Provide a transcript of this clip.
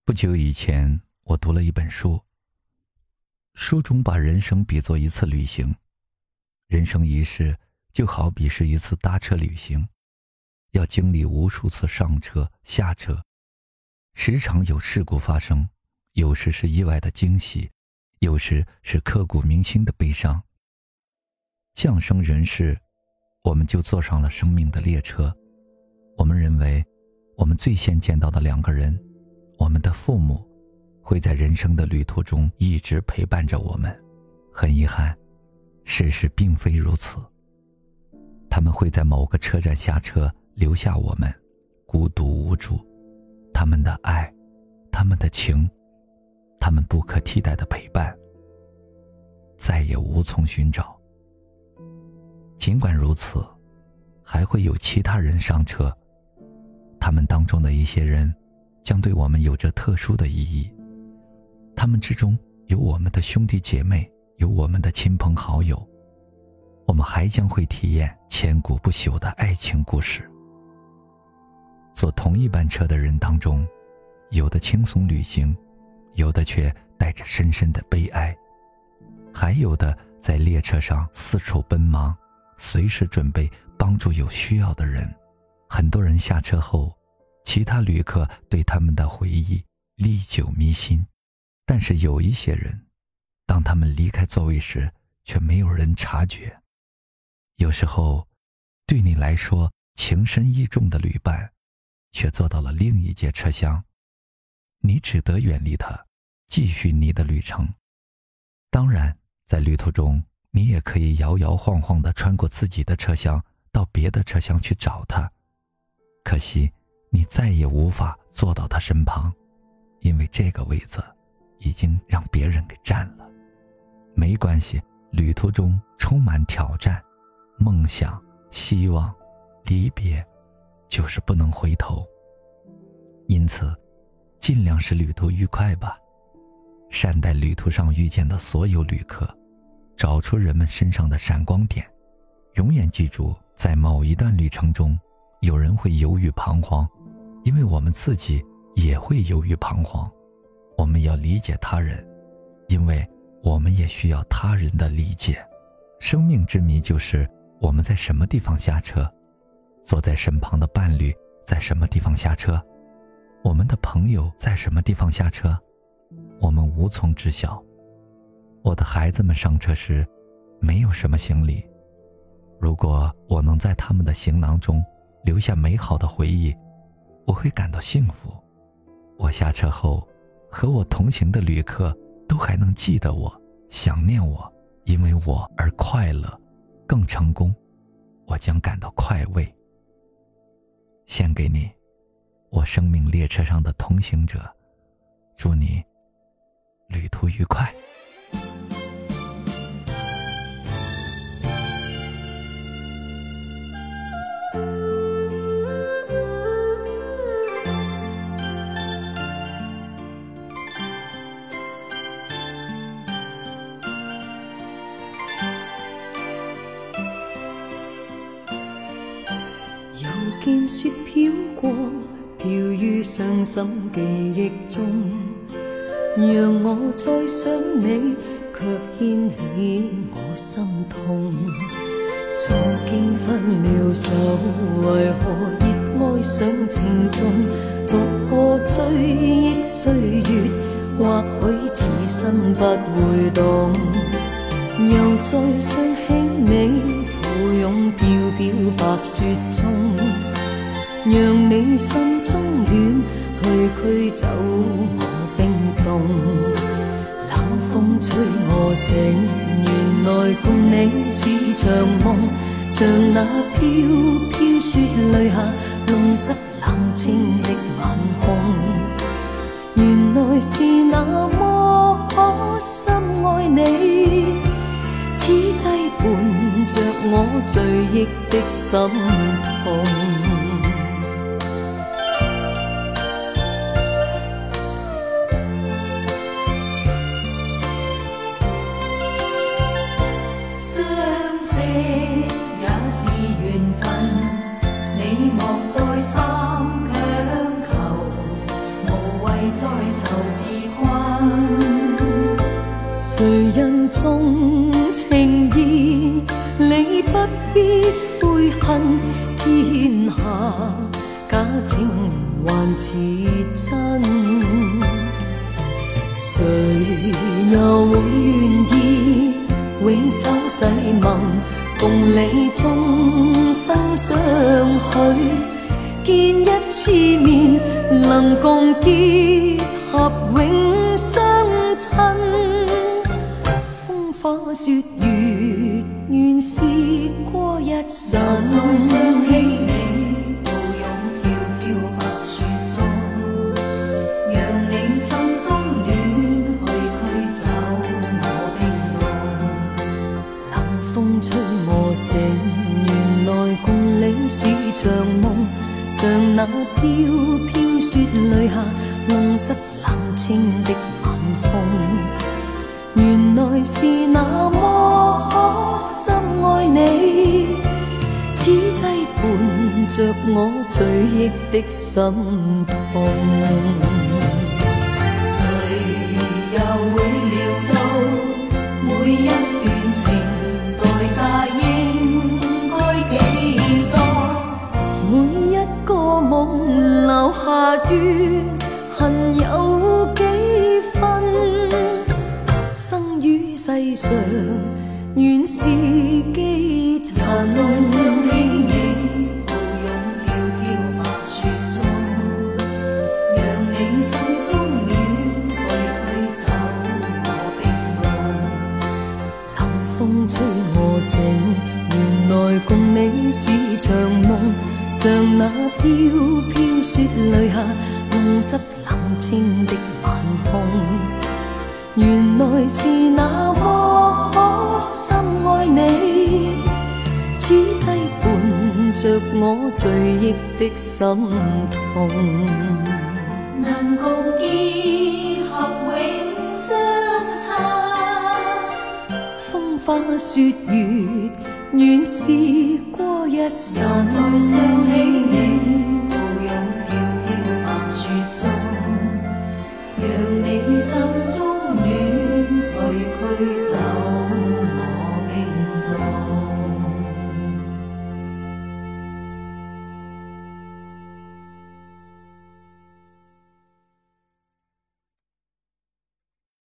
不久以前，我读了一本书，书中把人生比作一次旅行，人生一世就好比是一次搭车旅行，要经历无数次上车下车，时常有事故发生，有时是意外的惊喜，有时是刻骨铭心的悲伤。降生人世，我们就坐上了生命的列车。我们认为我们最先见到的两个人，我们的父母，会在人生的旅途中一直陪伴着我们。很遗憾，事实并非如此。他们会在某个车站下车，留下我们孤独无助。他们的爱，他们的情，他们不可替代的陪伴，再也无从寻找。尽管如此，还会有其他人上车，他们当中的一些人将对我们有着特殊的意义。他们之中有我们的兄弟姐妹，有我们的亲朋好友。我们还将会体验千古不朽的爱情故事。坐同一班车的人当中，有的轻松旅行，有的却带着深深的悲哀，还有的在列车上四处奔忙，随时准备帮助有需要的人。很多人下车后，其他旅客对他们的回忆历久弥新，但是有一些人，当他们离开座位时，却没有人察觉。有时候，对你来说情深意重的旅伴，却坐到了另一节车厢，你只得远离他，继续你的旅程。当然，在旅途中，你也可以摇摇晃晃地穿过自己的车厢，到别的车厢去找他。可惜，你再也无法坐到他身旁，因为这个位子已经让别人给占了。没关系，旅途中充满挑战，梦想、希望、离别，就是不能回头。因此，尽量使旅途愉快吧，善待旅途上遇见的所有旅客，找出人们身上的闪光点。永远记住，在某一段旅程中，有人会犹豫彷徨，因为我们自己也会犹豫彷徨。我们要理解他人，因为我们也需要他人的理解。生命之谜就是我们在什么地方下车，坐在身旁的伴侣在什么地方下车，我们的朋友在什么地方下车，我们无从知晓。我的孩子们上车时没有什么行李，如果我能在他们的行囊中留下美好的回忆，我会感到幸福。我下车后，和我同行的旅客都还能记得我，想念我，因为我而快乐，更成功，我将感到快慰。献给你，我生命列车上的同行者，祝你旅途愉快。 又見雪飄過，飄於傷心記憶中，讓我再想你，卻掀起我心痛。早經分了手，為何熱愛上情重？獨個追憶歲月，或許此生不會懂。又再想起你，抱擁飄飄白雪中，讓你心中暖，驅走我冰凍。冷風吹我醒，原來共你是場夢，像那飄飄雪淚下弄濕冷清的晚空。原來是那麼可深愛你，此際伴着我醉憶的心痛。 你莫再三強求，無謂在受自困。谁人重情义，你不必悔恨。天下假情还似真，谁又会愿意永守誓盟，共你终生相许？见一次面，能共结合永相亲。风花雪月，原是过一生。再想起你，抱拥飘飘白雪中，让你心中暖去走我冰冻。冷风吹我醒，原来共你是场梦。像那飘飘雪泪下弄湿冷清的晚空，原来是那么可深爱你，此际伴着我醉忆的心痛。谁又會料到每一段情代價應該幾多？每一個夢留下怨恨有幾分？生於世上原是基塵。再想起你，抱擁飄飄白雪中，讓你心中暖去走我冰凍。冷風吹我醒，原來共你是場夢。像那飄飄雪淚下弄濕冷清的晚空，原來是那麼可深愛你，此際伴着我醉憶的心痛。能共結合永相親，風花雪月原是過一生。再想起你，抱擁飄飄白雪中，讓你心中暖去驅走。